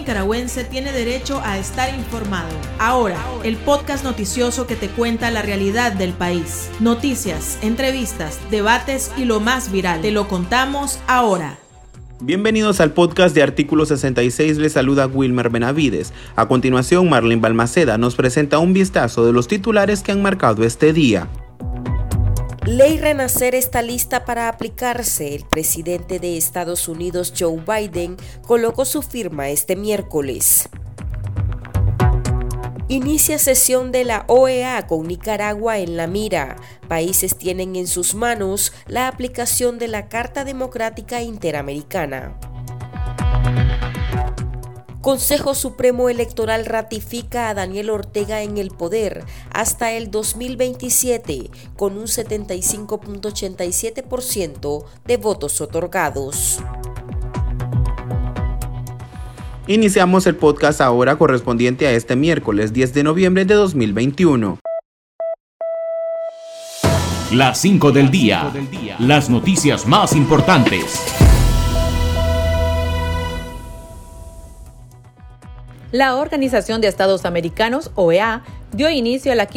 nicaragüense tiene derecho a estar informado. Ahora, el podcast noticioso que te cuenta la realidad del país. Noticias, entrevistas, debates y lo más viral. Te lo contamos ahora. Bienvenidos al podcast de Artículo 66, les saluda Wilmer Benavides. A continuación, Marlene Balmaceda nos presenta un vistazo de los titulares que han marcado este día. Ley Renacer está lista para aplicarse. El presidente de Estados Unidos, Joe Biden, colocó su firma este miércoles. Inicia sesión de la OEA con Nicaragua en la mira. Países tienen en sus manos la aplicación de la Carta Democrática Interamericana. Consejo Supremo Electoral ratifica a Daniel Ortega en el poder hasta el 2027 con un 75.87% de votos otorgados. Iniciamos el podcast ahora correspondiente a este miércoles 10 de noviembre de 2021. Las 5 del día. Las noticias más importantes. La Organización de Estados Americanos, OEA, dio inicio a la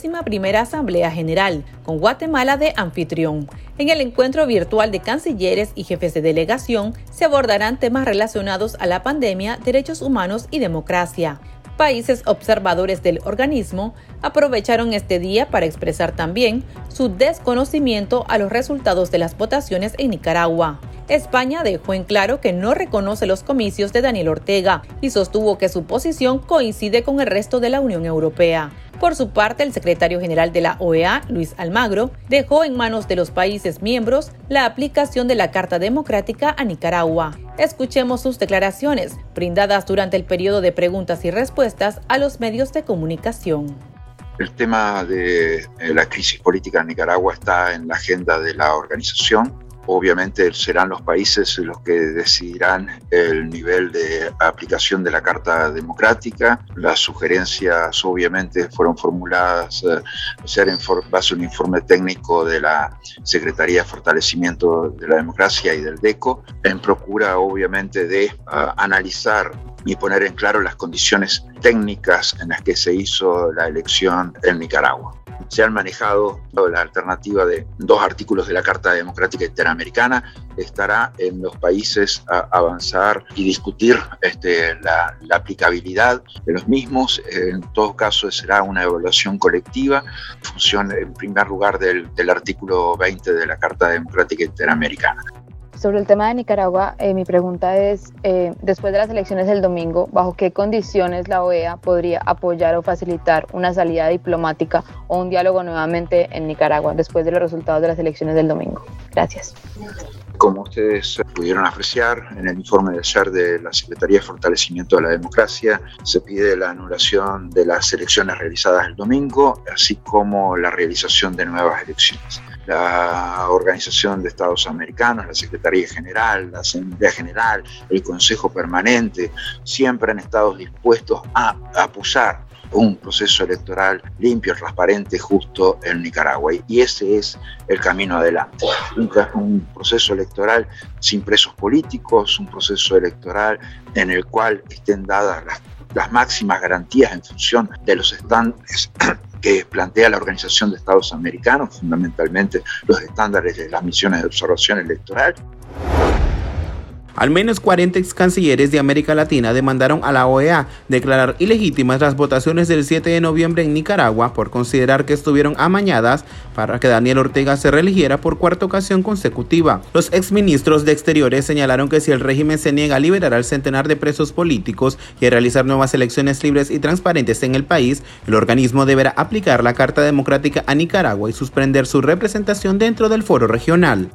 51ª Asamblea General, con Guatemala de anfitrión. En el encuentro virtual de cancilleres y jefes de delegación se abordarán temas relacionados a la pandemia, derechos humanos y democracia. Países observadores del organismo aprovecharon este día para expresar también su desconocimiento a los resultados de las votaciones en Nicaragua. España dejó en claro que no reconoce los comicios de Daniel Ortega y sostuvo que su posición coincide con el resto de la Unión Europea. Por su parte, el secretario general de la OEA, Luis Almagro, dejó en manos de los países miembros la aplicación de la Carta Democrática a Nicaragua. Escuchemos sus declaraciones, brindadas durante el periodo de preguntas y respuestas a los medios de comunicación. El tema de la crisis política en Nicaragua está en la agenda de la organización. Obviamente serán los países los que decidirán el nivel de aplicación de la Carta Democrática. Las sugerencias obviamente fueron formuladas en base a un informe técnico de la Secretaría de Fortalecimiento de la Democracia y del DECO, en procura obviamente de analizar y poner en claro las condiciones técnicas en las que se hizo la elección en Nicaragua. Se han manejado la alternativa de 2 artículos de la Carta Democrática Interamericana. Estará en los países a avanzar y discutir la aplicabilidad de los mismos. En todo caso, será una evaluación colectiva en función, en primer lugar, del artículo 20 de la Carta Democrática Interamericana. Sobre el tema de Nicaragua, mi pregunta es, después de las elecciones del domingo, ¿bajo qué condiciones la OEA podría apoyar o facilitar una salida diplomática o un diálogo nuevamente en Nicaragua después de los resultados de las elecciones del domingo? Gracias. Como ustedes pudieron apreciar, en el informe de ayer de la Secretaría de Fortalecimiento de la Democracia se pide la anulación de las elecciones realizadas el domingo, así como la realización de nuevas elecciones. La Organización de Estados Americanos, la Secretaría General, la Asamblea General, el Consejo Permanente, siempre han estado dispuestos a apoyar un proceso electoral limpio, transparente, justo en Nicaragua. Y ese es el camino adelante. Un proceso electoral sin presos políticos, un proceso electoral en el cual estén dadas las máximas garantías en función de los estándares que plantea la Organización de Estados Americanos, fundamentalmente los estándares de las misiones de observación electoral. Al menos 40 ex cancilleres de América Latina demandaron a la OEA declarar ilegítimas las votaciones del 7 de noviembre en Nicaragua por considerar que estuvieron amañadas para que Daniel Ortega se reeligiera por 4ª ocasión consecutiva. Los exministros de Exteriores señalaron que si el régimen se niega a liberar al centenar de presos políticos y a realizar nuevas elecciones libres y transparentes en el país, el organismo deberá aplicar la Carta Democrática a Nicaragua y suspender su representación dentro del foro regional.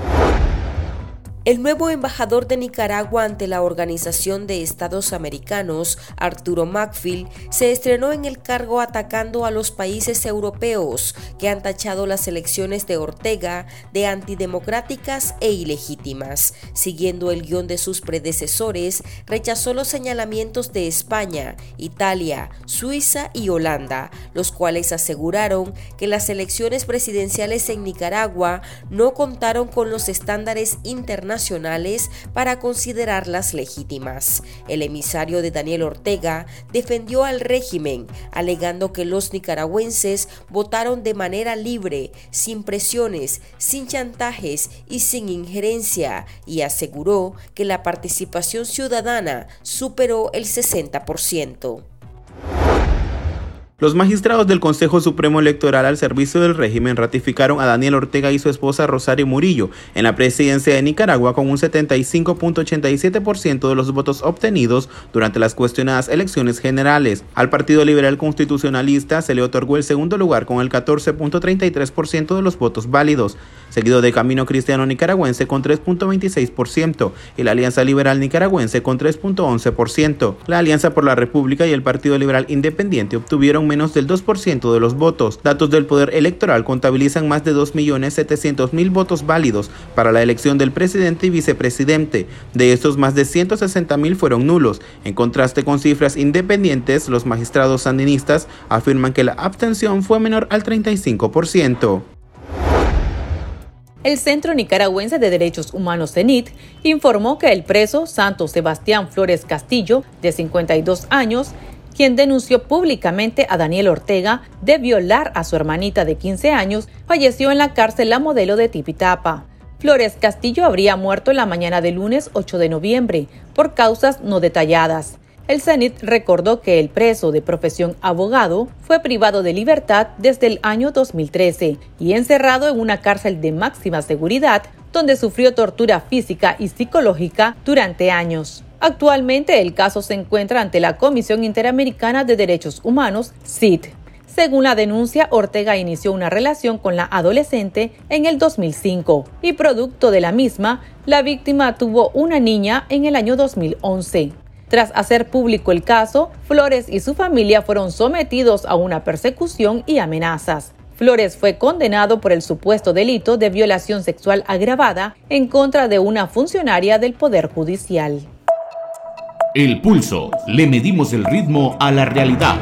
El nuevo embajador de Nicaragua ante la Organización de Estados Americanos, Arturo Macfield, se estrenó en el cargo atacando a los países europeos que han tachado las elecciones de Ortega de antidemocráticas e ilegítimas. Siguiendo el guión de sus predecesores, rechazó los señalamientos de España, Italia, Suiza y Holanda, los cuales aseguraron que las elecciones presidenciales en Nicaragua no contaron con los estándares internacionales internacionales para considerarlas legítimas. El emisario de Daniel Ortega defendió al régimen, alegando que los nicaragüenses votaron de manera libre, sin presiones, sin chantajes y sin injerencia, y aseguró que la participación ciudadana superó el 60%. Los magistrados del Consejo Supremo Electoral al servicio del régimen ratificaron a Daniel Ortega y su esposa Rosario Murillo en la presidencia de Nicaragua con un 75.87% de los votos obtenidos durante las cuestionadas elecciones generales. Al Partido Liberal Constitucionalista se le otorgó el segundo lugar con el 14.33% de los votos válidos, seguido de Camino Cristiano Nicaragüense con 3.26% y la Alianza Liberal Nicaragüense con 3.11%. La Alianza por la República y el Partido Liberal Independiente obtuvieron menos del 2% de los votos. Datos del Poder Electoral contabilizan más de 2.700.000 votos válidos para la elección del presidente y vicepresidente. De estos, más de 160.000 fueron nulos. En contraste con cifras independientes, los magistrados sandinistas afirman que la abstención fue menor al 35%. El Centro Nicaragüense de Derechos Humanos CENIT informó que el preso Santos Sebastián Flores Castillo, de 52 años, quien denunció públicamente a Daniel Ortega de violar a su hermanita de 15 años, falleció en la cárcel La Modelo de Tipitapa. Flores Castillo habría muerto en la mañana del lunes 8 de noviembre por causas no detalladas. El CENIT recordó que el preso, de profesión abogado, fue privado de libertad desde el año 2013 y encerrado en una cárcel de máxima seguridad donde sufrió tortura física y psicológica durante años. Actualmente el caso se encuentra ante la Comisión Interamericana de Derechos Humanos, CID. Según la denuncia, Ortega inició una relación con la adolescente en el 2005 y producto de la misma, la víctima tuvo una niña en el año 2011. Tras hacer público el caso, Flores y su familia fueron sometidos a una persecución y amenazas. Flores fue condenado por el supuesto delito de violación sexual agravada en contra de una funcionaria del Poder Judicial. El Pulso. Le medimos el ritmo a la realidad.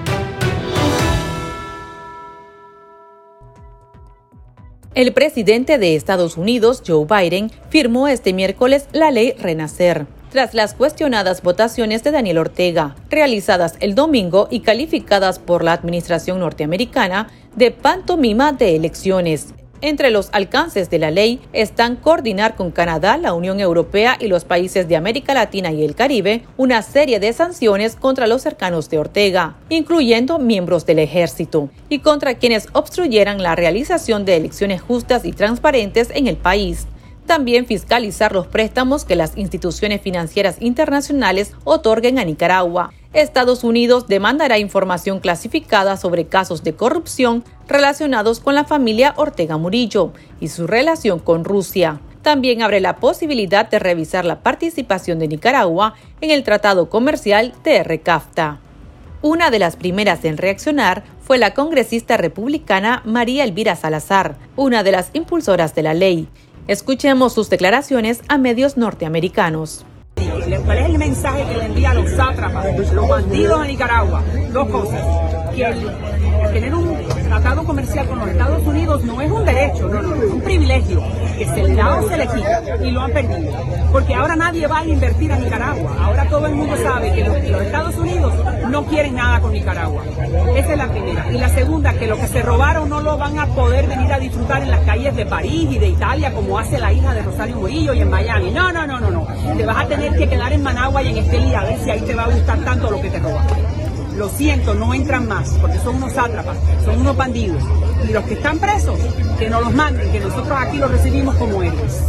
El presidente de Estados Unidos, Joe Biden, firmó este miércoles la ley Renacer, tras las cuestionadas votaciones de Daniel Ortega, realizadas el domingo y calificadas por la administración norteamericana de pantomima de elecciones. Entre los alcances de la ley están coordinar con Canadá, la Unión Europea y los países de América Latina y el Caribe una serie de sanciones contra los cercanos de Ortega, incluyendo miembros del ejército, y contra quienes obstruyeran la realización de elecciones justas y transparentes en el país. También fiscalizar los préstamos que las instituciones financieras internacionales otorguen a Nicaragua. Estados Unidos demandará información clasificada sobre casos de corrupción relacionados con la familia Ortega Murillo y su relación con Rusia. También abre la posibilidad de revisar la participación de Nicaragua en el Tratado Comercial TR-CAFTA. Una de las primeras en reaccionar fue la congresista republicana María Elvira Salazar, una de las impulsoras de la ley. Escuchemos sus declaraciones a medios norteamericanos. ¿Cuál es el mensaje que le envía a los sátrapas, los bandidos de Nicaragua? Dos cosas. Que el tener un tratado comercial con los Estados Unidos no es un derecho, no, es un privilegio que se le da o se le quita y lo han perdido. Porque ahora nadie va a invertir a Nicaragua. Ahora todo el mundo sabe que los Estados Unidos no quieren nada con Nicaragua. Esa es la primera. Y la segunda, que lo que se robaron no lo van a poder venir a disfrutar en las calles de París y de Italia como hace la hija de Rosario Murillo y en Miami. No. Te vas a tener que quedar en Managua y en Estelí a ver si ahí te va a gustar tanto lo que te roban. Lo siento, no entran más, porque son unos sátrapas, son unos bandidos. Y los que están presos, que nos los manden, que nosotros aquí los recibimos como héroes.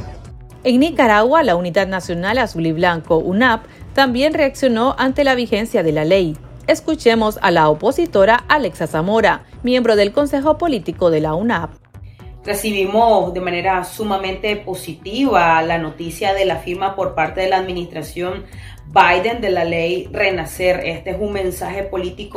En Nicaragua, la Unidad Nacional Azul y Blanco, UNAP, también reaccionó ante la vigencia de la ley. Escuchemos a la opositora Alexa Zamora, miembro del Consejo Político de la UNAP. Recibimos de manera sumamente positiva la noticia de la firma por parte de la administración Biden de la ley Renacer. Este es un mensaje político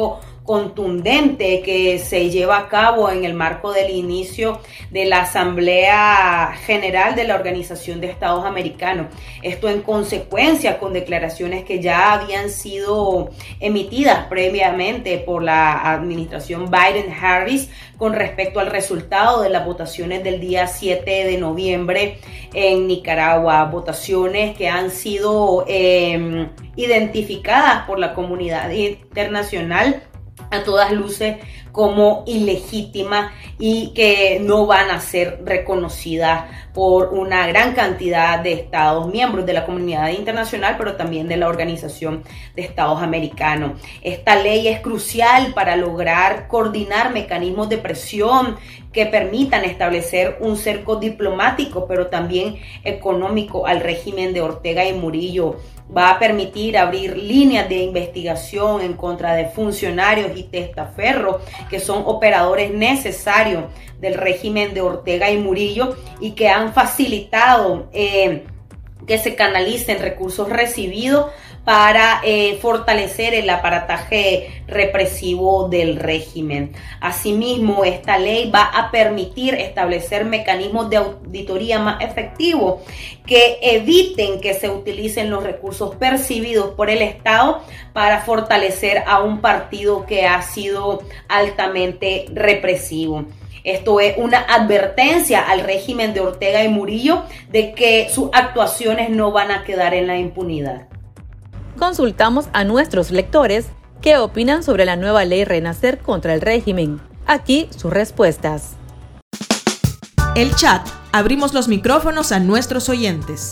contundente que se lleva a cabo en el marco del inicio de la Asamblea General de la Organización de Estados Americanos. Esto en consecuencia con declaraciones que ya habían sido emitidas previamente por la administración Biden-Harris con respecto al resultado de las votaciones del día 7 de noviembre en Nicaragua, votaciones que han sido identificadas por la comunidad internacional a todas luces como ilegítimas y que no van a ser reconocidas por una gran cantidad de estados miembros de la comunidad internacional, pero también de la Organización de Estados Americanos. Esta ley es crucial para lograr coordinar mecanismos de presión que permitan establecer un cerco diplomático, pero también económico al régimen de Ortega y Murillo. Va a permitir abrir líneas de investigación en contra de funcionarios y testaferros que son operadores necesarios del régimen de Ortega y Murillo y que han facilitado que se canalicen recursos recibidos para fortalecer el aparataje represivo del régimen. Asimismo, esta ley va a permitir establecer mecanismos de auditoría más efectivos que eviten que se utilicen los recursos percibidos por el Estado para fortalecer a un partido que ha sido altamente represivo. Esto es una advertencia al régimen de Ortega y Murillo de que sus actuaciones no van a quedar en la impunidad. Consultamos a nuestros lectores qué opinan sobre la nueva ley Renacer contra el régimen. Aquí sus respuestas. El chat. Abrimos los micrófonos a nuestros oyentes.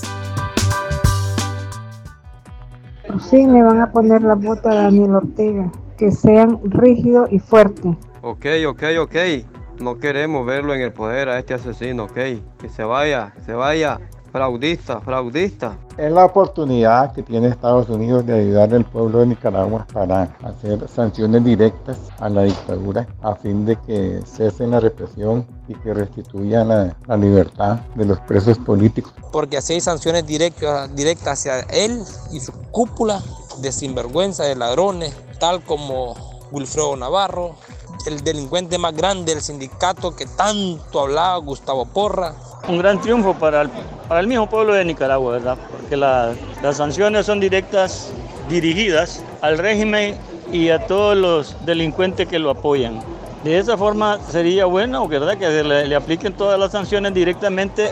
Sí, me van a poner la bota a Daniel Ortega, que sean rígidos y fuertes. Ok. No queremos verlo en el poder a este asesino, ok. Que se vaya. Fraudista. Es la oportunidad que tiene Estados Unidos de ayudar al pueblo de Nicaragua para hacer sanciones directas a la dictadura a fin de que cesen la represión y que restituyan la libertad de los presos políticos. Porque así hay sanciones directas hacia él y su cúpula de sinvergüenza, de ladrones, tal como Wilfredo Navarro, el delincuente más grande del sindicato que tanto hablaba, Gustavo Porra. Un gran triunfo para el mismo pueblo de Nicaragua, ¿verdad? Porque las sanciones son directas, dirigidas al régimen y a todos los delincuentes que lo apoyan. De esa forma sería bueno, ¿verdad?, que le apliquen todas las sanciones directamente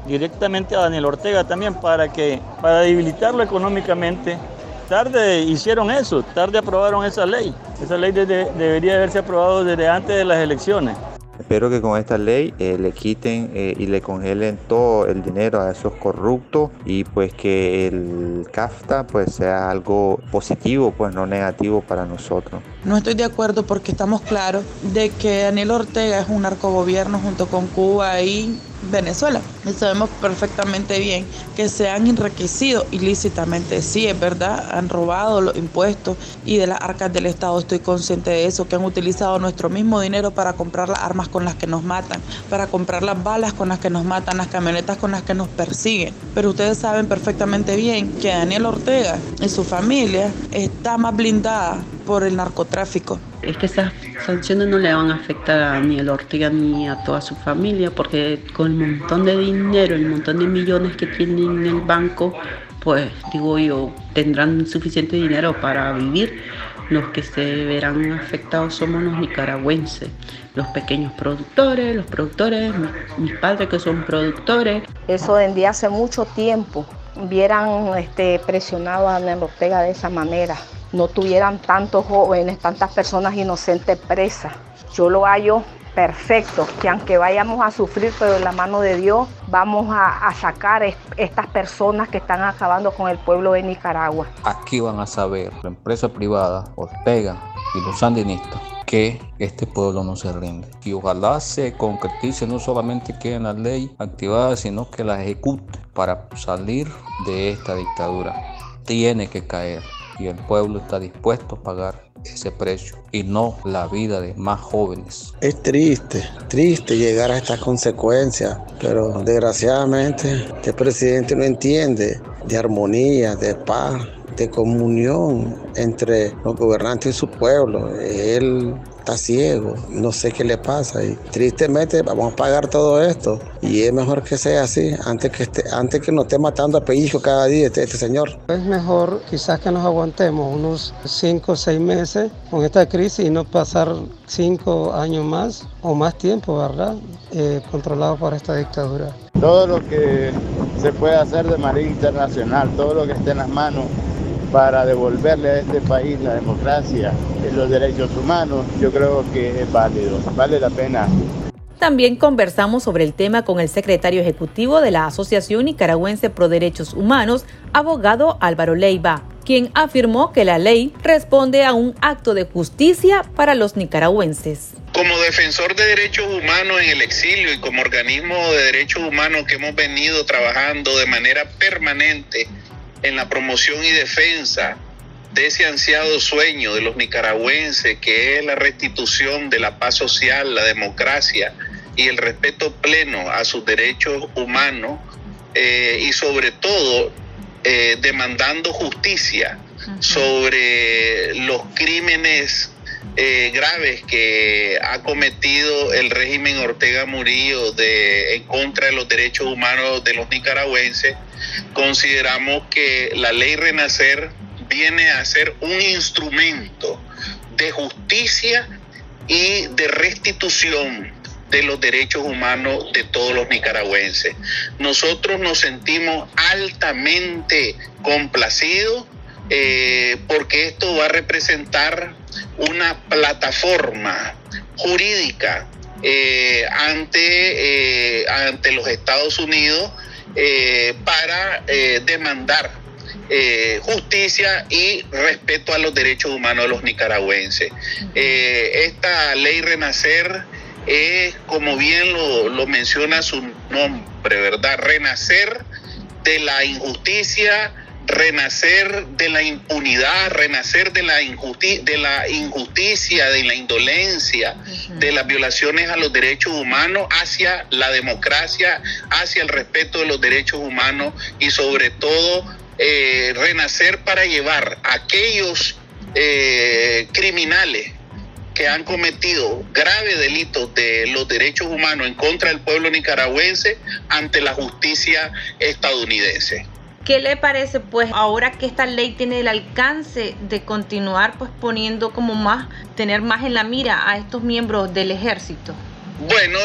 a Daniel Ortega también para debilitarlo económicamente. Tarde hicieron eso, tarde aprobaron esa ley. Esa ley debería haberse aprobado desde antes de las elecciones. Espero que con esta ley le quiten y le congelen todo el dinero a esos corruptos y pues que el CAFTA pues sea algo positivo, pues no negativo para nosotros. No estoy de acuerdo porque estamos claros de que Daniel Ortega es un narcogobierno junto con Cuba y Venezuela. Y sabemos perfectamente bien que se han enriquecido ilícitamente. Sí, es verdad, han robado los impuestos y de las arcas del Estado, estoy consciente de eso, que han utilizado nuestro mismo dinero para comprar las armas con las que nos matan, para comprar las balas con las que nos matan, las camionetas con las que nos persiguen. Pero ustedes saben perfectamente bien que Daniel Ortega y su familia está más blindada por el narcotráfico. Es que esas sanciones no le van a afectar a Daniel Ortega ni a toda su familia, porque con el montón de dinero, el montón de millones que tienen en el banco, pues digo yo, tendrán suficiente dinero para vivir. Los que se verán afectados somos los nicaragüenses, los pequeños productores, mis padres que son productores. Eso desde hace mucho tiempo hubieran presionado a Daniel Ortega de esa manera. No tuvieran tantos jóvenes, tantas personas inocentes presas. Yo lo hallo perfecto, que aunque vayamos a sufrir, pero de la mano de Dios, vamos a sacar estas personas que están acabando con el pueblo de Nicaragua. Aquí van a saber la empresa privada, Ortega y los sandinistas, que este pueblo no se rinde. Y ojalá se concretice, no solamente quede en la ley activada, sino que la ejecute para salir de esta dictadura. Tiene que caer. Y el pueblo está dispuesto a pagar ese precio y no la vida de más jóvenes. Es triste llegar a estas consecuencias, pero desgraciadamente este presidente no entiende de armonía, de paz, de comunión entre los gobernantes y su pueblo. Él está ciego, no sé qué le pasa y tristemente vamos a pagar todo esto y es mejor que sea así antes que nos esté matando a pellizco cada día este señor. Es mejor quizás que nos aguantemos unos 5 o 6 meses con esta crisis y no pasar 5 años más o más tiempo, ¿verdad? Controlado por esta dictadura. Todo lo que se puede hacer de manera internacional, todo lo que esté en las manos para devolverle a este país la democracia y los derechos humanos, yo creo que es válido, vale la pena. También conversamos sobre el tema con el secretario ejecutivo de la Asociación Nicaragüense Pro Derechos Humanos, abogado Álvaro Leiva, quien afirmó que la ley responde a un acto de justicia para los nicaragüenses. Como defensor de derechos humanos en el exilio y como organismo de derechos humanos que hemos venido trabajando de manera permanente en la promoción y defensa de ese ansiado sueño de los nicaragüenses, que es la restitución de la paz social, la democracia y el respeto pleno a sus derechos humanos, y sobre todo demandando justicia sobre los crímenes graves que ha cometido el régimen Ortega Murillo en contra de los derechos humanos de los nicaragüenses. Consideramos que la ley Renacer viene a ser un instrumento de justicia y de restitución de los derechos humanos de todos los nicaragüenses. Nosotros nos sentimos altamente complacidos porque esto va a representar una plataforma jurídica ante los Estados Unidos para demandar justicia y respeto a los derechos humanos de los nicaragüenses. Esta ley Renacer es, como bien lo menciona su nombre, ¿verdad? Renacer de la injusticia, renacer de la impunidad, renacer de la injusticia, de la indolencia, de las violaciones a los derechos humanos, hacia la democracia, hacia el respeto de los derechos humanos y sobre todo renacer para llevar a aquellos criminales que han cometido graves delitos de los derechos humanos en contra del pueblo nicaragüense ante la justicia estadounidense. ¿Qué le parece, pues, ahora que esta ley tiene el alcance de continuar, pues, poniendo como tener más en la mira a estos miembros del ejército? Bueno,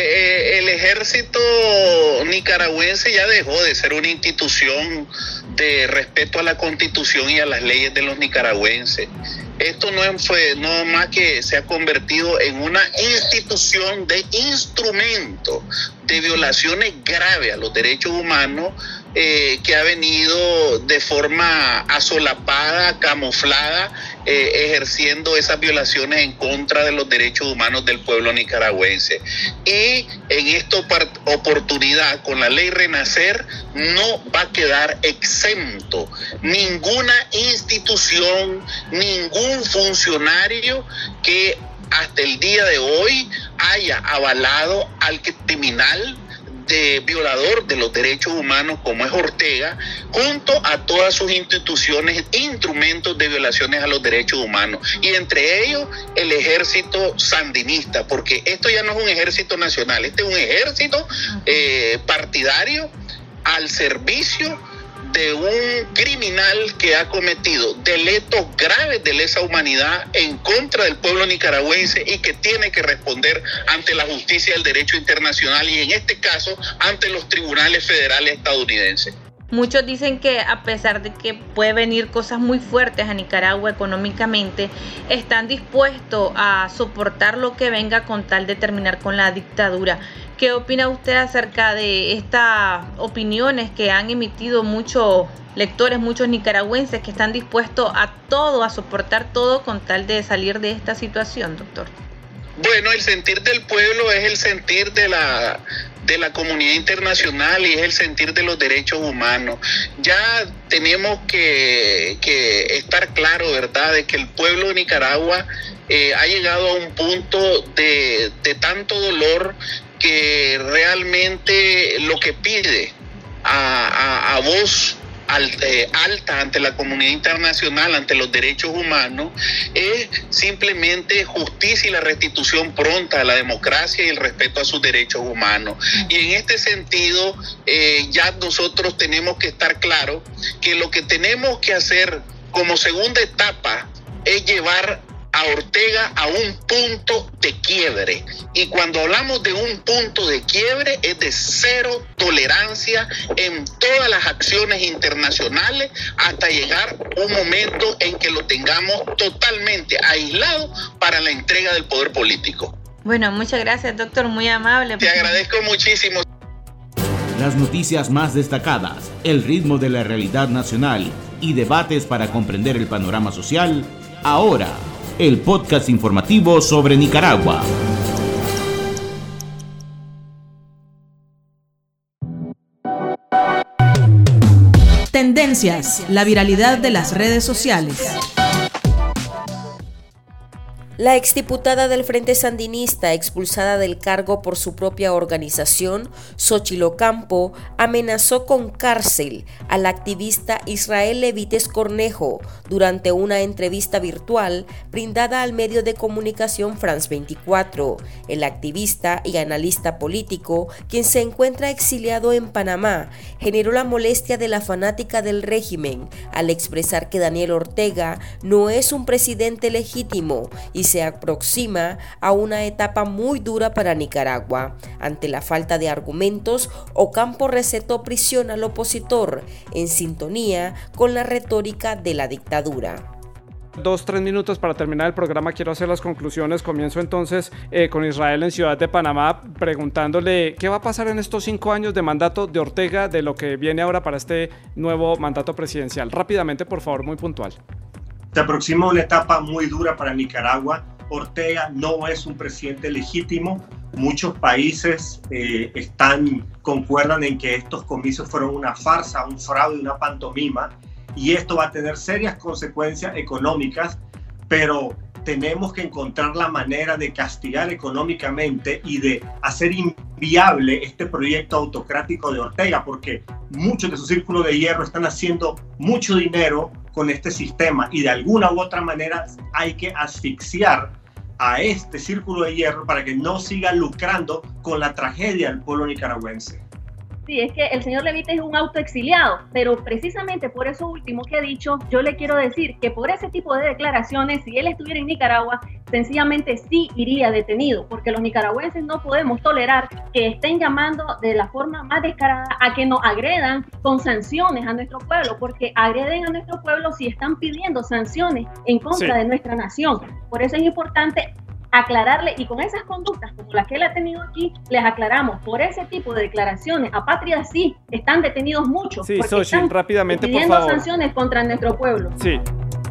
el ejército nicaragüense ya dejó de ser una institución de respeto a la Constitución y a las leyes de los nicaragüenses. Esto no más que se ha convertido en una institución de instrumento de violaciones graves a los derechos humanos, que ha venido de forma asolapada, camuflada, ejerciendo esas violaciones en contra de los derechos humanos del pueblo nicaragüense. Y en esta oportunidad, con la ley Renacer, no va a quedar exento ninguna institución, ningún funcionario que hasta el día de hoy haya avalado al criminal de violador de los derechos humanos como es Ortega, junto a todas sus instituciones, instrumentos de violaciones a los derechos humanos, y entre ellos el ejército sandinista, porque esto ya no es un ejército nacional, este es un ejército partidario al servicio de un criminal que ha cometido delitos graves de lesa humanidad en contra del pueblo nicaragüense y que tiene que responder ante la justicia del derecho internacional y en este caso ante los tribunales federales estadounidenses. Muchos dicen que a pesar de que puede venir cosas muy fuertes a Nicaragua económicamente, están dispuestos a soportar lo que venga con tal de terminar con la dictadura. ¿Qué opina usted acerca de estas opiniones que han emitido muchos lectores, muchos nicaragüenses que están dispuestos a todo, a soportar todo con tal de salir de esta situación, doctor? Bueno, el sentir del pueblo es el sentir de la comunidad internacional y es el sentir de los derechos humanos. Ya tenemos que estar claro, ¿verdad?, de que el pueblo de Nicaragua ha llegado a un punto de tanto dolor que realmente lo que pide a voz alta ante la comunidad internacional, ante los derechos humanos, es simplemente justicia y la restitución pronta a la democracia y el respeto a sus derechos humanos. Y en este sentido, ya nosotros tenemos que estar claros que lo que tenemos que hacer como segunda etapa es llevar a Ortega a un punto de quiebre. Y cuando hablamos de un punto de quiebre es de cero tolerancia en todas las acciones internacionales hasta llegar un momento en que lo tengamos totalmente aislado para la entrega del poder político. Bueno, muchas gracias, doctor, muy amable. Te agradezco muchísimo. Las noticias más destacadas, el ritmo de la realidad nacional y debates para comprender el panorama social, ahora el podcast informativo sobre Nicaragua. Tendencias, la viralidad de las redes sociales. La exdiputada del Frente Sandinista, expulsada del cargo por su propia organización, Xochitl Ocampo, amenazó con cárcel al activista Israel Levites Cornejo durante una entrevista virtual brindada al medio de comunicación France 24. El activista y analista político, quien se encuentra exiliado en Panamá, generó la molestia de la fanática del régimen al expresar que Daniel Ortega no es un presidente legítimo y se aproxima a una etapa muy dura para Nicaragua. Ante la falta de argumentos, Ocampo recetó prisión al opositor, en sintonía con la retórica de la dictadura. 2-3 minutos para terminar el programa. Quiero hacer las conclusiones. Comienzo entonces con Israel en Ciudad de Panamá, preguntándole qué va a pasar en estos 5 años de mandato de Ortega, de lo que viene ahora para este nuevo mandato presidencial. Rápidamente, por favor, muy puntual. Se aproxima una etapa muy dura para Nicaragua. Ortega no es un presidente legítimo. Muchos países concuerdan en que estos comicios fueron una farsa, un fraude, una pantomima, y esto va a tener serias consecuencias económicas, pero tenemos que encontrar la manera de castigar económicamente y de hacer inviable este proyecto autocrático de Ortega, porque muchos de su círculo de hierro están haciendo mucho dinero con este sistema y de alguna u otra manera hay que asfixiar a este círculo de hierro para que no siga lucrando con la tragedia del pueblo nicaragüense. Sí, es que el señor Levites es un autoexiliado, pero precisamente por eso último que ha dicho, yo le quiero decir que por ese tipo de declaraciones, si él estuviera en Nicaragua, sencillamente sí iría detenido, porque los nicaragüenses no podemos tolerar que estén llamando de la forma más descarada a que nos agredan con sanciones a nuestro pueblo, porque agreden a nuestro pueblo si están pidiendo sanciones en contra de nuestra nación. Por eso es importante aclararle, y con esas conductas como las que él ha tenido aquí, les aclaramos, por ese tipo de declaraciones apátridas sí, están detenidos muchos, sí, porque Xochitl, están rápidamente, pidiendo por favor, sanciones contra nuestro pueblo. Sí.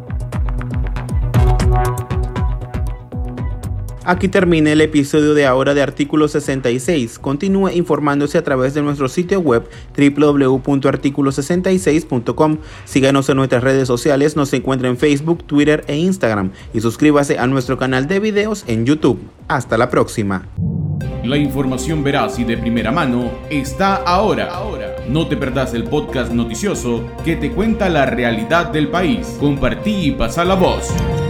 Aquí termina el episodio de ahora de Artículo 66. Continúe informándose a través de nuestro sitio web www.articulo66.com. Síganos en nuestras redes sociales, nos encuentra en Facebook, Twitter e Instagram. Y suscríbase a nuestro canal de videos en YouTube. Hasta la próxima. La información veraz y de primera mano está ahora. No te perdás el podcast noticioso que te cuenta la realidad del país. Compartí y pasa la voz.